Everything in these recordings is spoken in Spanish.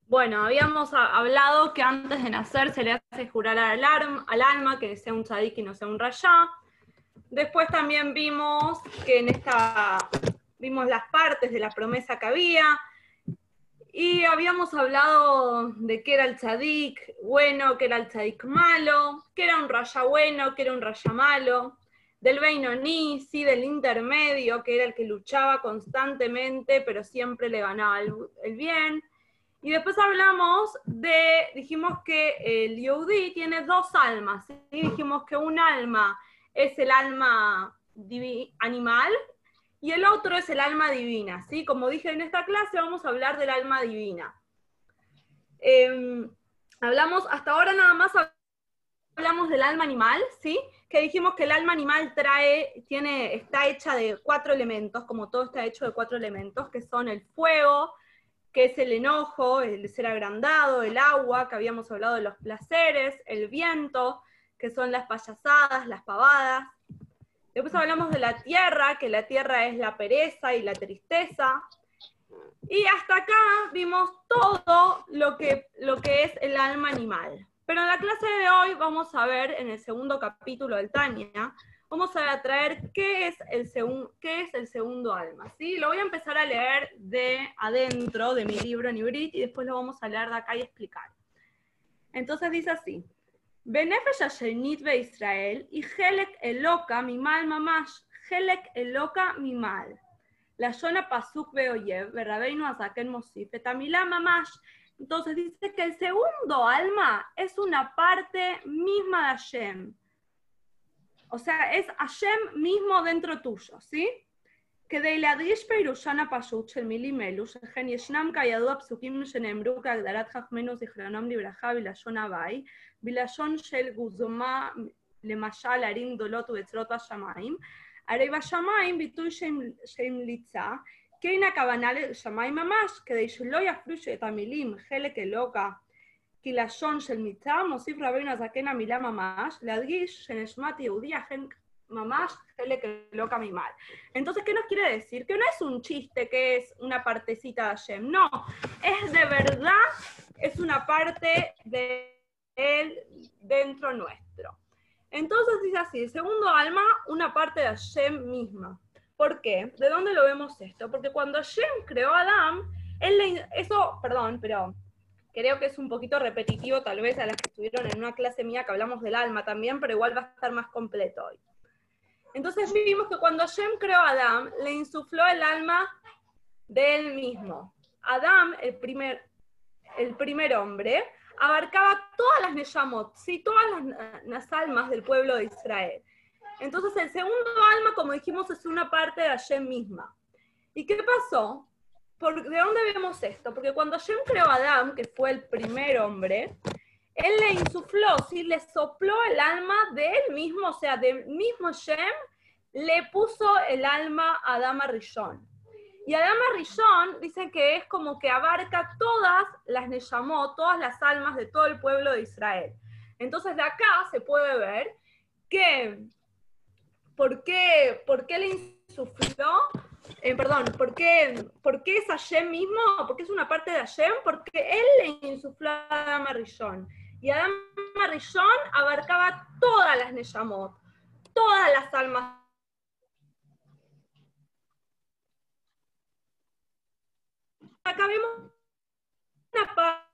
Bueno, habíamos hablado que antes de nacer se le hace jurar al alma que sea un tzadik y no sea un rayá. Después también vimos que vimos las partes de la promesa que había, y habíamos hablado de qué era el tzadik bueno, qué era el tzadik malo, qué era un rayá bueno, qué era un rayá malo, del Beinoní, sí, del intermedio, que era el que luchaba constantemente, pero siempre le ganaba el bien. Y después dijimos que el Yehudí tiene dos almas, ¿sí? Dijimos que un alma es el alma animal y el otro es el alma divina, ¿sí? Como dije en esta clase, vamos a hablar del alma divina. Hasta ahora nada más hablamos del alma animal, ¿sí? Que dijimos que el alma animal está hecha de 4 elementos, como todo está hecho de 4 elementos, que son el fuego, que es el enojo, el ser agrandado, el agua, que habíamos hablado de los placeres, el viento, que son las payasadas, las pavadas. Después hablamos de la tierra, que la tierra es la pereza y la tristeza. Y hasta acá vimos todo lo que es el alma animal. Pero en la clase de hoy vamos a ver, en el segundo capítulo del Tanya, vamos a traer qué es el segundo alma, ¿sí? Lo voy a empezar a leer de adentro de mi libro en Ivrit y después lo vamos a leer de acá y explicar. Entonces dice así: Benefesh Ashenit be Israel y Helek Eloka Mimal Mamash, Helek Eloka Mimal. La Shona Pasuk Beoyev, Berrabeinu Azaken Mosif, Etamilá Mamash. Entonces dice que el segundo alma es una parte misma de Hashem. O sea, es Hashem mismo dentro tuyo, ¿sí? כדי להדגיש פירושן הפשוט של מילים אלו, שכן ישנם כידוע פסוקים שנאמרו כהגדרת חכמינו זיכרונם לברכה בלשון הוואי, בלשון של גוזמה, למשל ערים גדולות ובצרות בשמיים, הרי בשמיים ביטוי שהמליצה, כן הכוונה לשמיים ממש, כדי שלא יפריש את המילים חלק אלוקה כלשון של מיצה, מוסיף רבינו הזקן המילה ממש, להדגיש שנשמת יהודי אכן mamás, loca mi mal. Entonces, ¿qué nos quiere decir? Que no es un chiste, que es una partecita de Hashem, no, es de verdad, es una parte de él dentro nuestro. Entonces dice así, el segundo alma, una parte de Hashem misma. ¿Por qué? ¿De dónde lo vemos esto? Porque cuando Hashem creó a Adán, pero creo que es un poquito repetitivo tal vez a las que estuvieron en una clase mía que hablamos del alma también, pero igual va a estar más completo hoy. Entonces vimos que cuando Hashem creó a Adán, le insufló el alma de él mismo. Adán, el primer hombre, abarcaba todas las Neyamot, ¿sí? Todas las almas del pueblo de Israel. Entonces el segundo alma, como dijimos, es una parte de Hashem misma. ¿Y qué pasó? ¿De dónde vemos esto? Porque cuando Hashem creó a Adán, que fue el primer hombre, él le insufló, ¿sí? Le sopló el alma de él mismo, o sea, del mismo Hashem, le puso el alma a Adán Rishon. Y Adán Rishon dicen que es como que abarca todas las Neyamot, todas las almas de todo el pueblo de Israel. Entonces de acá se puede ver que, ¿por qué le insufló? ¿Por qué es Hashem mismo? Porque es una parte de Hashem, porque él le insufló a Adán Rishon. Y Adán Rishon abarcaba todas las Neyamot, todas las almas. Acá vemos una parte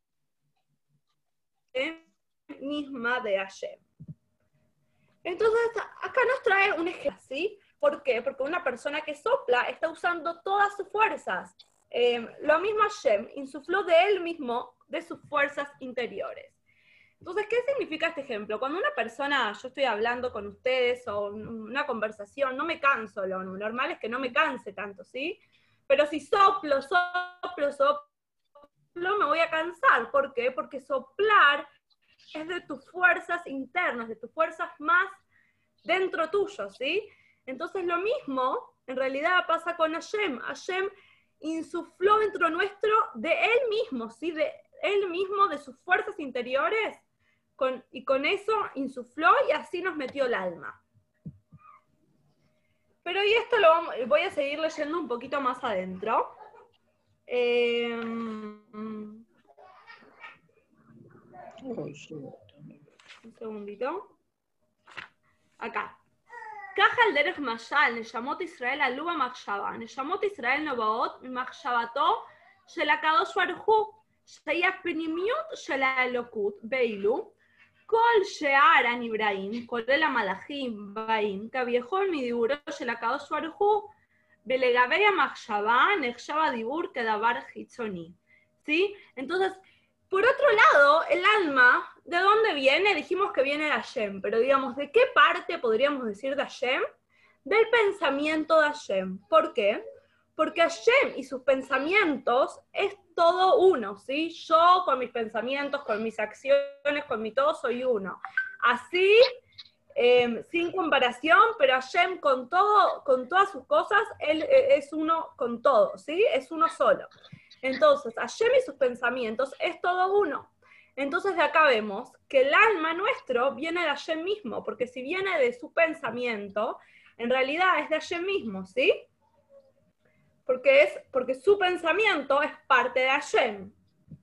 misma de Hashem. Entonces, acá nos trae un ejemplo, ¿sí? ¿Por qué? Porque una persona que sopla está usando todas sus fuerzas. Lo mismo Hashem insufló de él mismo, de sus fuerzas interiores. Entonces, ¿qué significa este ejemplo? Cuando una persona, yo estoy hablando con ustedes o una conversación, no me canso, lo normal es que no me canse tanto, ¿sí? Pero si soplo, me voy a cansar. ¿Por qué? Porque soplar es de tus fuerzas internas, de tus fuerzas más dentro tuyo, ¿sí? Entonces lo mismo, en realidad pasa con Hashem. Hashem insufló dentro nuestro de él mismo, ¿sí? De él mismo, de sus fuerzas interiores, y con eso insufló y así nos metió el alma. Pero y esto voy a seguir leyendo un poquito más adentro. Un segundito. Acá. Caja el derech mashal, Neshamot Israel aluba machshava. Neshamot Israel nobaot, machshavato, של הקדוש ברוך הוא, שהיא הפנימיות של האלוקות, ואילו כל שאר הנבראים, כולל המלאכים, באים כביכול מדיבורו של הקדוש ברוך הוא, ולגבי המחשבה נחשב הדיבור כדבר חיצוני. ¿Sí? Entonces, por otro lado, el alma, ¿de dónde viene? Dijimos que viene de Hashem, pero digamos, ¿de qué parte podríamos decir de Hashem? Del pensamiento de Hashem. ¿Por qué? Porque Hashem y sus pensamientos es todo uno, ¿sí? Yo con mis pensamientos, con mis acciones, con mi todo soy uno. Así, sin comparación, pero Hashem con todo, con todas sus cosas, él es uno con todo, ¿sí? Es uno solo. Entonces, Hashem y sus pensamientos es todo uno. Entonces de acá vemos que el alma nuestro viene de Hashem mismo, porque si viene de su pensamiento, en realidad es de Hashem mismo, ¿sí? Porque su pensamiento es parte de Hashem.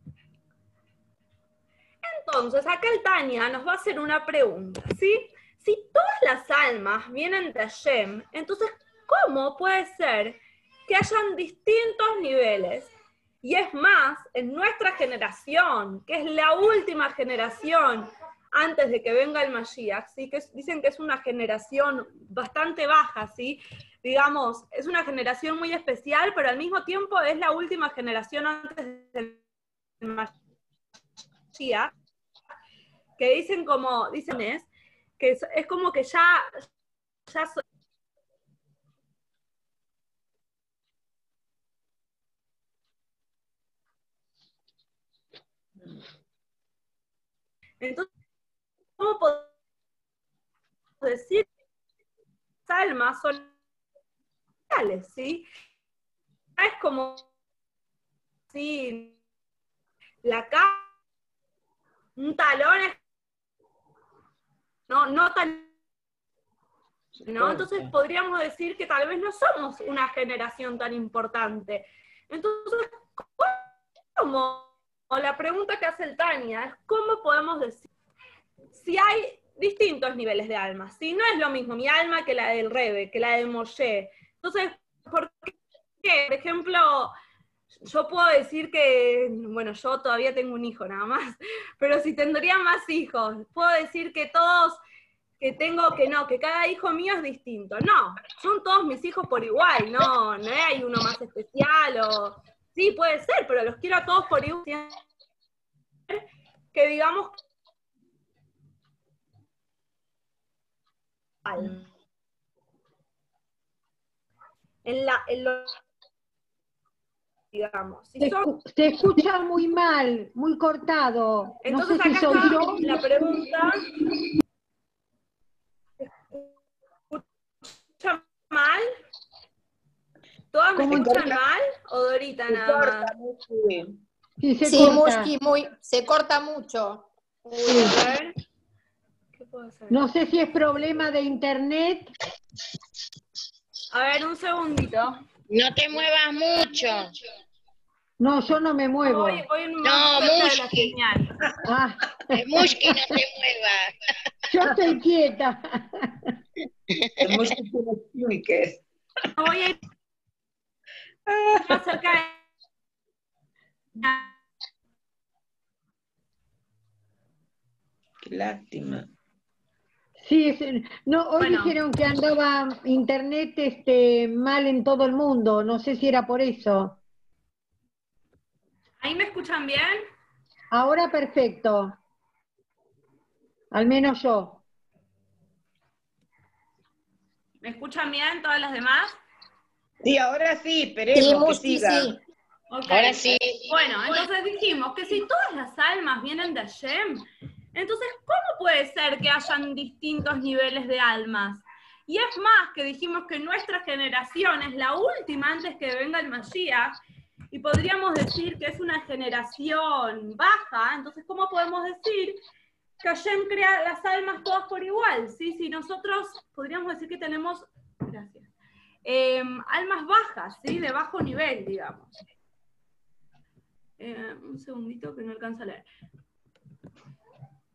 Entonces, acá el Tania nos va a hacer una pregunta, ¿sí? Si todas las almas vienen de Hashem, entonces, ¿cómo puede ser que hayan distintos niveles? Y es más, en nuestra generación, que es la última generación antes de que venga el Mashiach, ¿sí? Que dicen que es una generación bastante baja, ¿sí? Digamos, es una generación muy especial, pero al mismo tiempo es la última generación antes del Mashiach, que dicen que es como que ya entonces, ¿cómo podemos decir que las almas son reales, ¿sí? Es como si la cara, un talón es no tan, ¿no? Entonces podríamos decir que tal vez no somos una generación tan importante. Entonces, ¿cómo? O la pregunta que hace el Tania es, ¿cómo podemos decir si hay distintos niveles de alma? Si no es lo mismo mi alma que la del Rebe, que la de Moshe. Entonces, ¿por qué? Por ejemplo, yo puedo decir que, bueno, yo todavía tengo un hijo nada más, pero si tendría más hijos, puedo decir que todos, que cada hijo mío es distinto. No, son todos mis hijos por igual, no hay uno más especial o... Sí, puede ser, pero los quiero a todos por igual. Que digamos... digamos. Si se escucha muy mal, muy cortado. Entonces no sé si acá soy está yo. la pregunta. ¿Se escucha mal? ¿Todas me escuchan mal? ¿O Dorita nada más? Sí, Mushki, se corta mucho. Uy, a ver. ¿Qué puedo hacer? No sé si es problema de internet. A ver, un segundito. No te muevas mucho. No, yo no me muevo. Voy más cerca de la señal. Mushki, no te muevas. Yo estoy quieta. Mushki tiene químicas. Voy a ir más cerca de... Qué lástima. Sí, no, hoy Bueno. dijeron que andaba internet mal en todo el mundo. No sé si era por eso. ¿Ahí me escuchan bien? Ahora perfecto. Al menos yo. ¿Me escuchan bien todas las demás? Sí, ahora sí, esperemos que siga. Sí. Okay. Ahora sí. Bueno, entonces dijimos que si todas las almas vienen de Hashem, entonces, ¿cómo puede ser que hayan distintos niveles de almas? Y es más, que dijimos que nuestra generación es la última antes que venga el Mashiach, y podríamos decir que es una generación baja, entonces, ¿cómo podemos decir que Hashem crea las almas todas por igual? ¿Sí? Si nosotros podríamos decir que tenemos, gracias, almas bajas, ¿sí? De bajo nivel, digamos. Un segundito que no alcanzo a leer.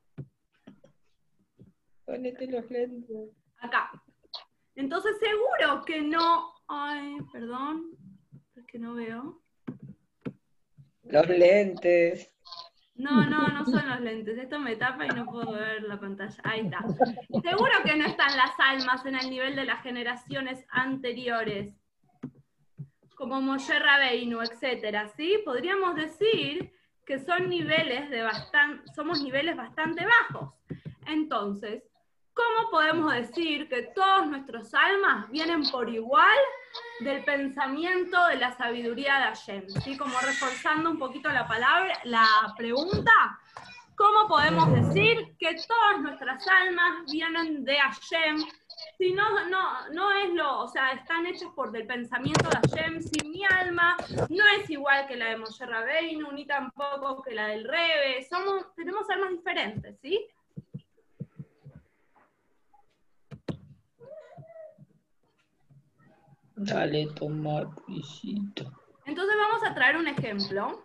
Ponete los lentes. Acá. Entonces seguro que no... Ay, perdón, porque no veo. Los lentes. No son los lentes. Esto me tapa y no puedo ver la pantalla. Ahí está. Seguro que no están las almas en el nivel de las generaciones anteriores, como Moshe Rabbeinu, etcétera, ¿sí? Podríamos decir que son niveles somos niveles bastante bajos. Entonces, ¿cómo podemos decir que todos nuestros almas vienen por igual del pensamiento de la sabiduría de Hashem? ¿Sí? Como reforzando un poquito la pregunta, ¿cómo podemos decir que todas nuestras almas vienen de Hashem? Si no es o sea, están hechos del pensamiento de Hashem. Si mi alma no es igual que la de Moshe Rabbeinu, ni tampoco que la del Rebe, tenemos almas diferentes, ¿sí? Dale, toma, pisito. Entonces vamos a traer un ejemplo.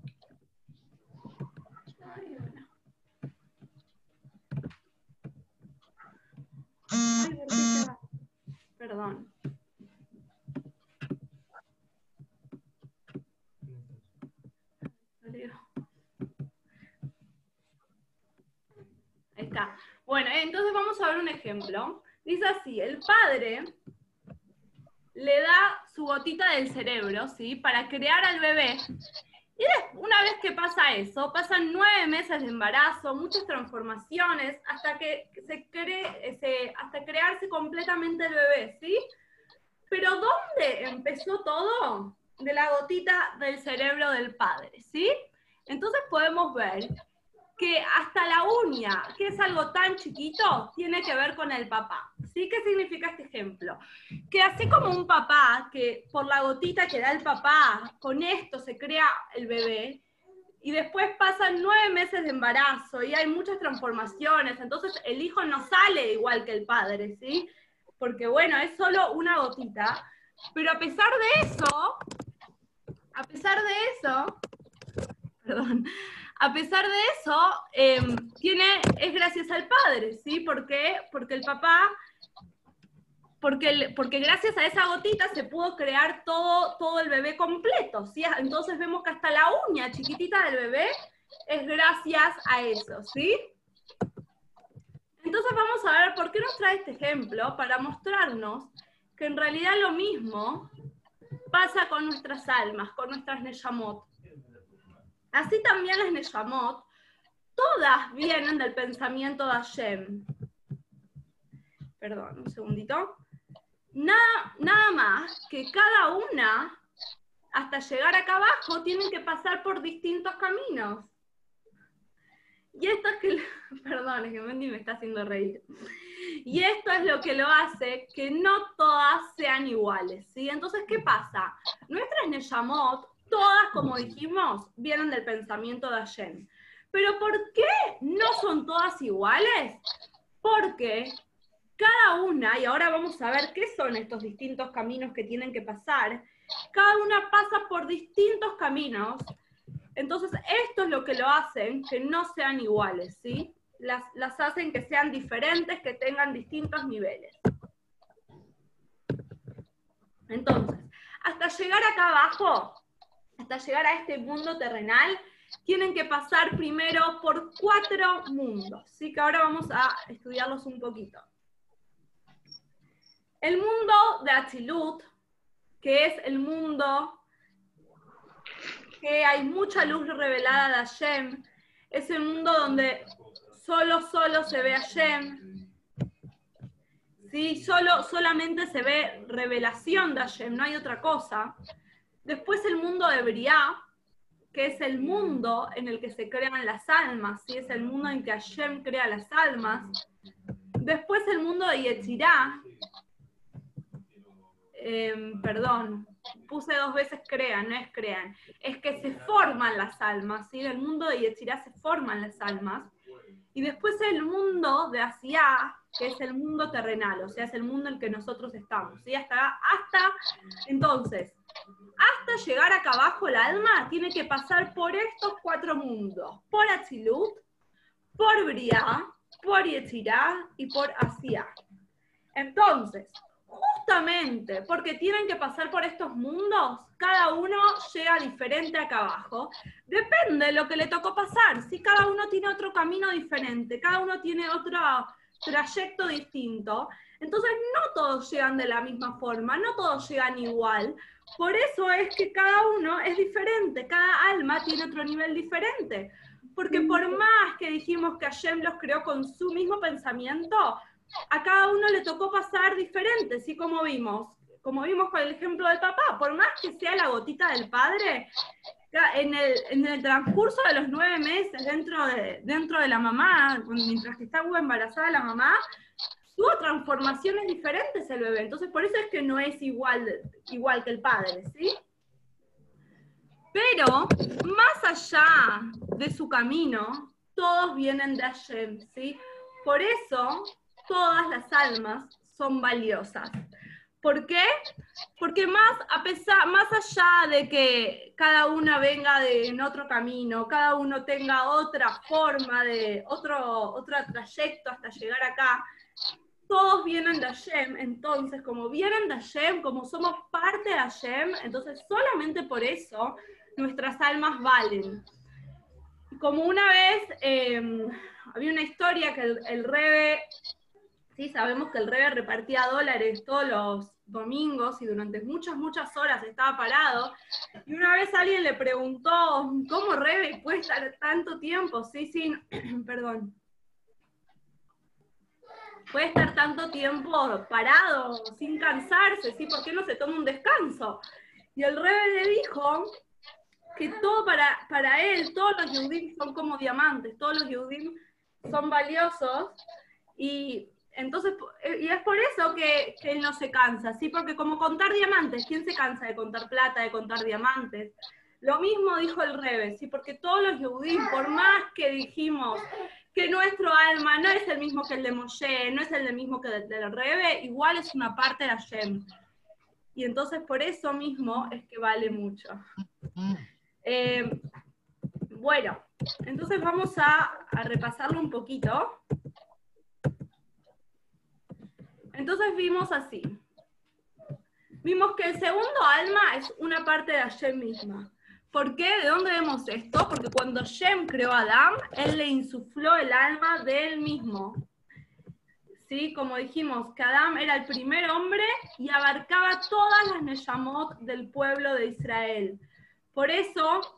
Ay, ¿por qué se va? Perdón. Ahí está. Bueno, entonces vamos a ver un ejemplo. Dice así, el padre le da su gotita del cerebro, ¿sí? Para crear al bebé. Y una vez que pasa eso, pasan 9 meses de embarazo, muchas transformaciones, hasta que hasta crearse completamente el bebé, ¿sí? Pero ¿dónde empezó todo? De la gotita del cerebro del padre, ¿sí? Entonces podemos ver que hasta la uña, que es algo tan chiquito, tiene que ver con el papá. ¿Sí? ¿Qué significa este ejemplo? Que así como un papá, que por la gotita que da el papá, con esto se crea el bebé, y después pasan 9 meses de embarazo, y hay muchas transformaciones, entonces el hijo no sale igual que el padre, ¿sí? Porque bueno, es solo una gotita, pero a pesar de eso, es gracias al padre, ¿sí? ¿Por qué? Porque el papá, porque gracias a esa gotita se pudo crear todo el bebé completo, ¿sí? Entonces vemos que hasta la uña chiquitita del bebé es gracias a eso, ¿sí? Entonces vamos a ver por qué nos trae este ejemplo, para mostrarnos que en realidad lo mismo pasa con nuestras almas, con nuestras Neyamot. Así también las Neyamot, todas vienen del pensamiento de Hashem. Perdón, un segundito. Nada más que cada una, hasta llegar acá abajo, tienen que pasar por distintos caminos. Y esto es que... Perdón, es que Mendy me está haciendo reír. Y esto es lo que lo hace que no todas sean iguales, ¿sí? Entonces, ¿qué pasa? Nuestras Neyamot, todas, como dijimos, vienen del pensamiento de Hashem. Pero ¿por qué no son todas iguales? Porque cada una, y ahora vamos a ver qué son estos distintos caminos que tienen que pasar, cada una pasa por distintos caminos. Entonces, esto es lo que lo hacen que no sean iguales, ¿sí? Las hacen que sean diferentes, que tengan distintos niveles. Entonces, hasta llegar acá abajo, hasta llegar a este mundo terrenal, tienen que pasar primero por 4 mundos, ¿sí? Que ahora vamos a estudiarlos un poquito. El mundo de Atzilut, que es el mundo que hay mucha luz revelada de Hashem, es el mundo donde solo se ve Hashem, ¿sí? Solamente se ve revelación de Hashem, no hay otra cosa. Después el mundo de Briá, que es el mundo en el que se crean las almas, ¿sí? Es el mundo en que Hashem crea las almas. Después el mundo de Yetzirá, perdón, puse 2 veces crean, no es crean, es que se forman las almas, ¿sí? En el mundo de Yetzirá se forman las almas. Y después el mundo de Asiá, que es el mundo terrenal, o sea, es el mundo en el que nosotros estamos, ¿sí? Entonces, hasta llegar acá abajo el alma tiene que pasar por estos 4 mundos, por Atzilut, por Briá por Yetzirah y por Asiá. Entonces, justamente porque tienen que pasar por estos mundos, cada uno llega diferente acá abajo. Depende de lo que le tocó pasar. Si cada uno tiene otro camino diferente, cada uno tiene otro trayecto distinto, entonces no todos llegan de la misma forma, no todos llegan igual. Por eso es que cada uno es diferente, cada alma tiene otro nivel diferente. Porque por más que dijimos que Hashem los creó con su mismo pensamiento, a cada uno le tocó pasar diferente, ¿sí? Como vimos con el ejemplo del papá, por más que sea la gotita del padre, en el transcurso de los 9 meses dentro de la mamá, mientras que está embarazada la mamá, tuvo transformaciones diferentes el bebé, entonces por eso es que no es igual que el padre, ¿sí? Pero, más allá de su camino, todos vienen de Hashem, ¿sí? Por eso, todas las almas son valiosas. ¿Por qué? Porque más allá de que cada una venga en otro camino, cada uno tenga otra forma, otro trayecto hasta llegar acá, todos vienen de Hashem. Entonces, como vienen de Hashem, como somos parte de Hashem, entonces solamente por eso nuestras almas valen. Como una vez había una historia que el Rebbe, sí, sabemos que el Rebbe repartía dólares todos los domingos y durante muchas horas estaba parado, y una vez alguien le preguntó, ¿cómo Rebbe puede estar tanto tiempo? Sí, perdón. Puede estar tanto tiempo parado, sin cansarse, ¿sí? ¿Por qué no se toma un descanso? Y el Rebbe le dijo que todo para él, todos los Yehudim son como diamantes, todos los Yehudim son valiosos, y entonces, y es por eso que él no se cansa, ¿sí? Porque como contar diamantes, ¿quién se cansa de contar plata, de contar diamantes? Lo mismo dijo el Rebbe, ¿sí? Porque todos los Yehudim, por más que dijimos que nuestro alma no es el mismo que el de Moshe, no es el mismo que el del Rebbe, igual es una parte de Hashem. Y entonces por eso mismo es que vale mucho. Bueno, entonces vamos a repasarlo un poquito. Entonces vimos así. Vimos que el segundo alma es una parte de Hashem misma. ¿Por qué? ¿De dónde vemos esto? Porque cuando Hashem creó a Adán, él le insufló el alma de él mismo. ¿Sí? Como dijimos, que Adán era el primer hombre y abarcaba todas las Neyamot del pueblo de Israel. Por eso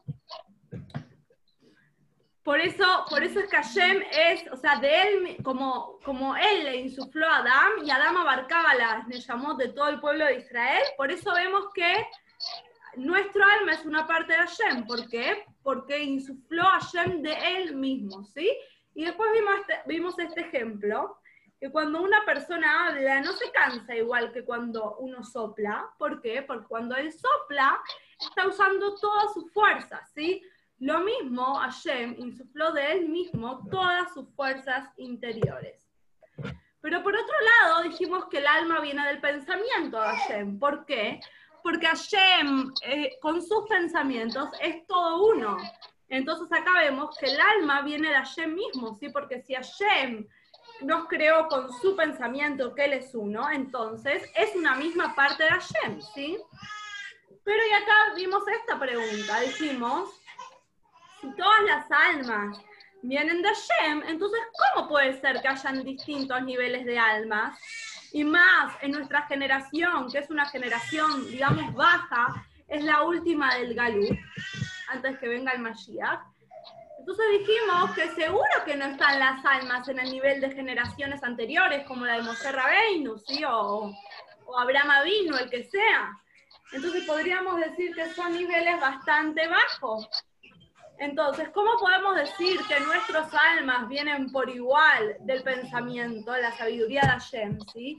es que Hashem es, o sea, de él, como él le insufló a Adán, y Adán abarcaba las Neyamot de todo el pueblo de Israel, por eso vemos que nuestro alma es una parte de Hashem. ¿Por qué? Porque insufló a Hashem de él mismo, ¿sí? Y después vimos este ejemplo, que cuando una persona habla no se cansa igual que cuando uno sopla. ¿Por qué? Porque cuando él sopla, está usando toda su fuerza, ¿sí? Lo mismo Hashem insufló de él mismo todas sus fuerzas interiores. Pero por otro lado, dijimos que el alma viene del pensamiento de Hashem. ¿Por qué? Porque Hashem, con sus pensamientos, es todo uno. Entonces acá vemos que el alma viene de Hashem mismo, ¿sí? Porque si Hashem nos creó con su pensamiento que él es uno, entonces es una misma parte de Hashem, ¿sí? Pero y acá vimos esta pregunta, dijimos, si todas las almas vienen de Hashem, entonces ¿cómo puede ser que hayan distintos niveles de almas? Y más en nuestra generación, que es una generación, digamos, baja, es la última del Galut, antes que venga el Mashiach. Entonces dijimos que seguro que no están las almas en el nivel de generaciones anteriores, como la de Moshe Rabbeinu, ¿sí? o Abraham Avinu, el que sea. Entonces podríamos decir que son niveles bastante bajos. Entonces, ¿cómo podemos decir que nuestras almas vienen por igual del pensamiento, de la sabiduría de Hashem, ¿sí?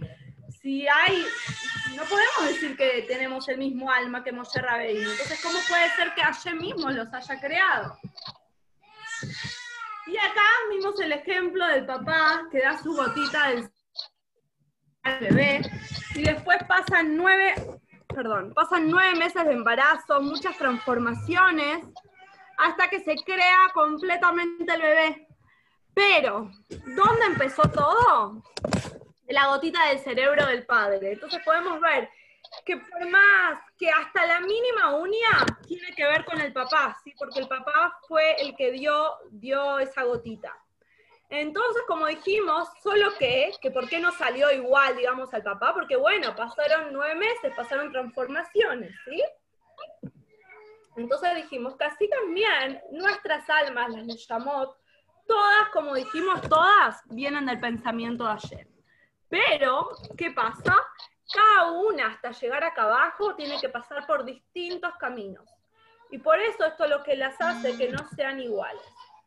No podemos decir que tenemos el mismo alma que Moshe Rabbeinu. Entonces, ¿cómo puede ser que Hashem mismo los haya creado? Y acá vimos el ejemplo del papá que da su gotita al bebé, y después pasan 9 meses de embarazo, muchas transformaciones, hasta que se crea completamente el bebé. Pero, ¿dónde empezó todo? De la gotita del cerebro del padre. Entonces podemos ver que por más que hasta la mínima uña tiene que ver con el papá, ¿sí? Porque el papá fue el que dio esa gotita. Entonces, como dijimos, solo que ¿por qué no salió igual, digamos, al papá? Porque bueno, pasaron 9 meses, pasaron transformaciones, ¿sí? Entonces dijimos que así también nuestras almas, las Neshamot, todas, como dijimos, todas vienen del pensamiento de Hashem. Pero, ¿qué pasa? Cada una, hasta llegar acá abajo, tiene que pasar por distintos caminos. Y por eso esto es lo que las hace que no sean iguales.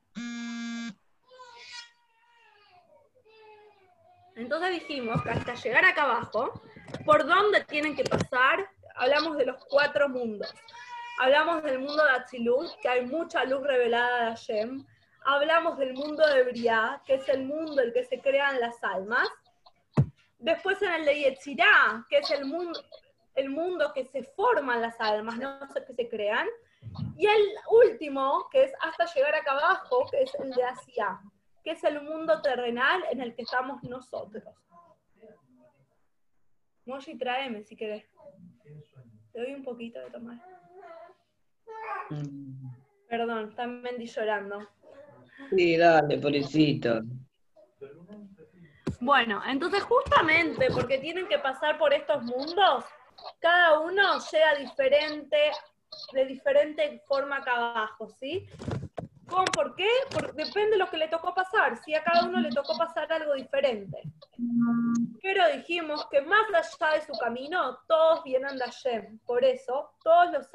Entonces dijimos que hasta llegar acá abajo, ¿por dónde tienen que pasar? Hablamos de los 4 mundos. Hablamos del mundo de Atzilut, que hay mucha luz revelada de Hashem. Hablamos del mundo de Briah, que es el mundo en el que se crean las almas. Después en el de Yetzirah, que es el mundo que se forman las almas, no que se crean. Y el último, que es hasta llegar acá abajo, que es el de Asiá, que es el mundo terrenal en el que estamos nosotros. Moshi, tráeme si querés. Te doy un poquito de tomar. Perdón, está Mendy llorando. Sí, dale, pobrecito. Bueno, entonces justamente porque tienen que pasar por estos mundos, cada uno llega de diferente forma acá abajo, ¿sí? ¿Por qué? Depende de lo que le tocó pasar, si a cada uno le tocó pasar algo diferente. Pero dijimos que más allá de su camino, todos vienen de Hashem. Por eso, todas las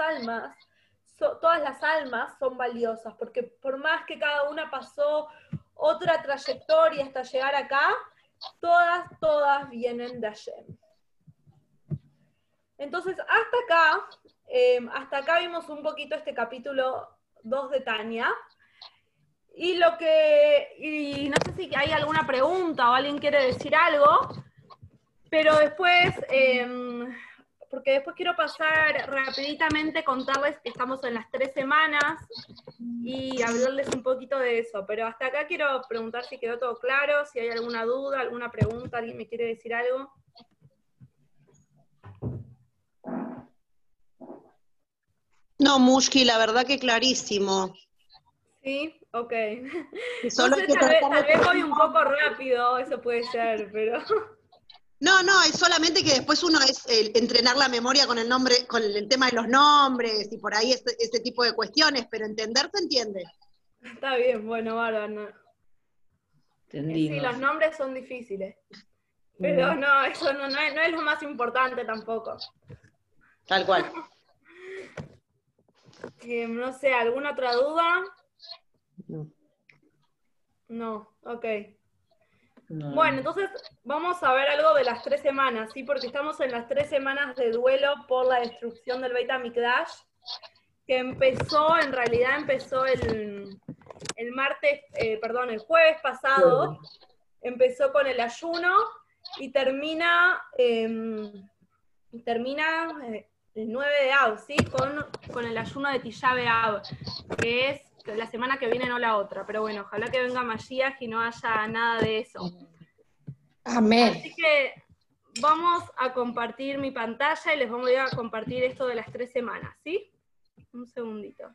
almas son valiosas, porque por más que cada una pasó otra trayectoria hasta llegar acá, todas vienen de Hashem. Entonces, hasta acá vimos un poquito este capítulo 2 de Tania. Y no sé si hay alguna pregunta o alguien quiere decir algo, pero después, porque después quiero pasar rapiditamente, contarles que estamos en las 3 semanas y hablarles un poquito de eso. Pero hasta acá quiero preguntar si quedó todo claro, si hay alguna duda, alguna pregunta, alguien me quiere decir algo. No, Mushki, la verdad que clarísimo. Sí, ok. Y solo No hay sé, que tal vez voy un poco rápido, eso puede ser, pero... No, es solamente que después uno es entrenar la memoria con el nombre, con el tema de los nombres y por ahí ese tipo de cuestiones, pero entender se entiende. Está bien, bueno, bárbaro. Sí, Entendimos. los nombres son difíciles. Pero no, eso no es lo más importante tampoco. Tal cual. No sé, ¿alguna otra duda? No. No, ok. No. Bueno, entonces vamos a ver algo de las 3 semanas, ¿sí? Porque estamos en las 3 semanas de duelo por la destrucción del Beit HaMikdash, que en realidad empezó el jueves pasado, empezó con el ayuno y termina el 9 de Av, ¿sí? Con el ayuno de Tisha B'Av, que es la semana que viene, no la otra. Pero bueno, ojalá que venga Mashiach y no haya nada de eso. Amén. Así que vamos a compartir mi pantalla y les voy a compartir esto de las 3 semanas, ¿sí? Un segundito.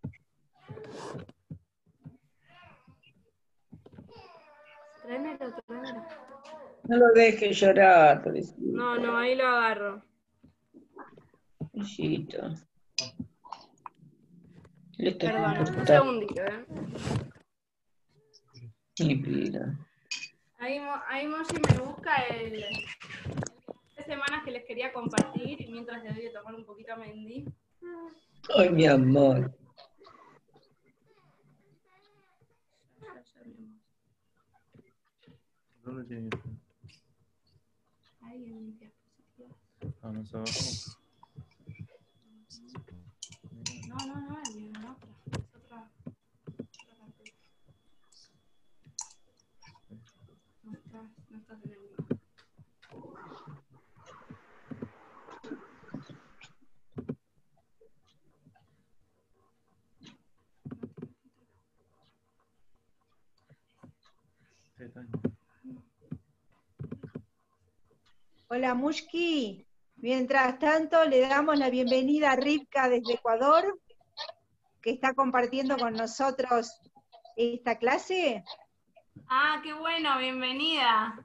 Tráemelo. No lo dejes llorar, pobrecito. No, ahí lo agarro. Pobrecito. Listo. Perdón, un segundito, ¿eh? Mi vida. Ahí Moshi me busca el 3 semanas que les quería compartir, y mientras le doy de tomar un poquito a Mendy. Ay, mi amor. ¿Dónde tiene que estar? Ahí en diapositivas. Ah, más abajo. No, en la otra. Es otra carpeta. No estás en el mío. Hola, Mushki. Mientras tanto, le damos la bienvenida a Rivka desde Ecuador, que está compartiendo con nosotros esta clase. Ah, qué bueno, bienvenida.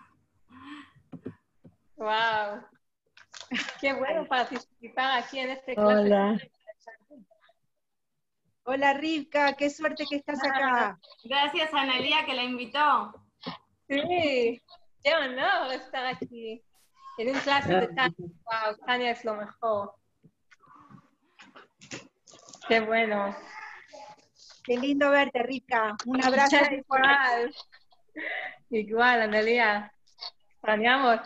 Wow, qué bueno participar aquí en este clase. Hola. Hola, Rivka, qué suerte que estás acá. Gracias a Analia que la invitó. Sí, qué honor estar aquí en un clase de Tania. Wow, Tania es lo mejor. Qué bueno. Qué lindo verte, Rivka. Un abrazo muy fuerte. Igual, igual, Analia. Extrañamos.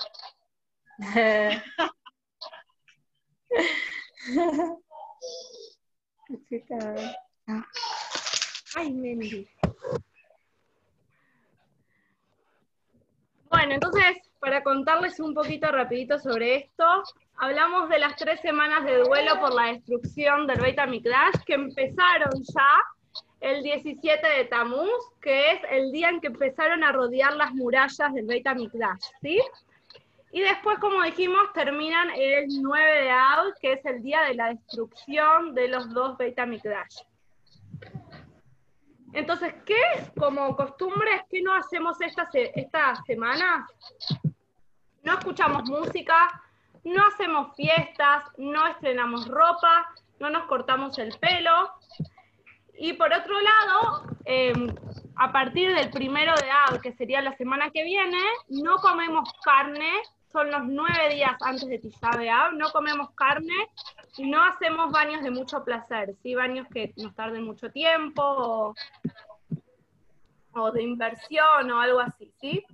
Ay, Mendy. Bueno, entonces, para contarles un poquito rapidito sobre esto, hablamos de las 3 semanas de duelo por la destrucción del Beit HaMikdash, que empezaron ya el 17 de Tamuz, que es el día en que empezaron a rodear las murallas del Beit HaMikdash, ¿sí? Y después, como dijimos, terminan el 9 de Av, que es el día de la destrucción de los 2 Beit HaMikdash. Entonces, ¿qué, como costumbre, qué no hacemos esta semana? No escuchamos música, no hacemos fiestas, no estrenamos ropa, no nos cortamos el pelo. Y por otro lado, a partir del 1 de Av, que sería la semana que viene, no comemos carne, son los 9 días antes de Tisha B'Av, no comemos carne y no hacemos baños de mucho placer, ¿sí? Baños que nos tarden mucho tiempo o de inversión o algo así, ¿sí?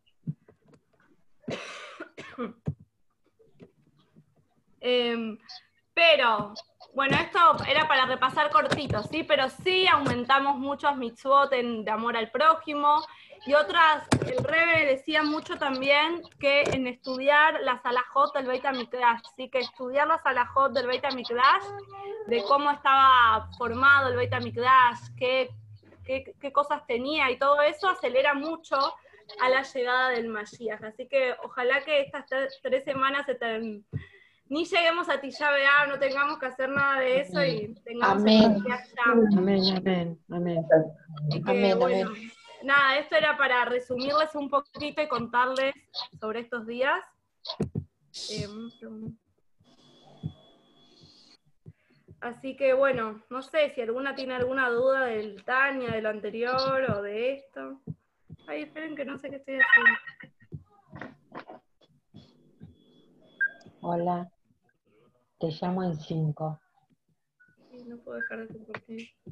Pero, bueno, esto era para repasar cortito, ¿sí? Pero sí aumentamos muchos mitzvot de amor al prójimo, y otras, el Rebbe decía mucho también que en estudiar las alajot del Beit HaMikdash, ¿sí? Que estudiar las alajot del Beit HaMikdash, de cómo estaba formado el Beit HaMikdash, qué cosas tenía, y todo eso acelera mucho a la llegada del Mashiach. Así que ojalá que estas 3 semanas ni lleguemos a Tisha B'Av, no tengamos que hacer nada de eso y tengamos Amén. el Mashiach ya. Amén, amén, amén. Así que, Amén, bueno, amén. nada, esto era para resumirles un poquito y contarles sobre estos días. Un segundo. Así que, bueno, no sé si alguna tiene alguna duda del Tania, de lo anterior o de esto. Ay, esperen que no sé qué estoy haciendo. Hola, te llamo en 5. Sí, no puedo dejar de compartir.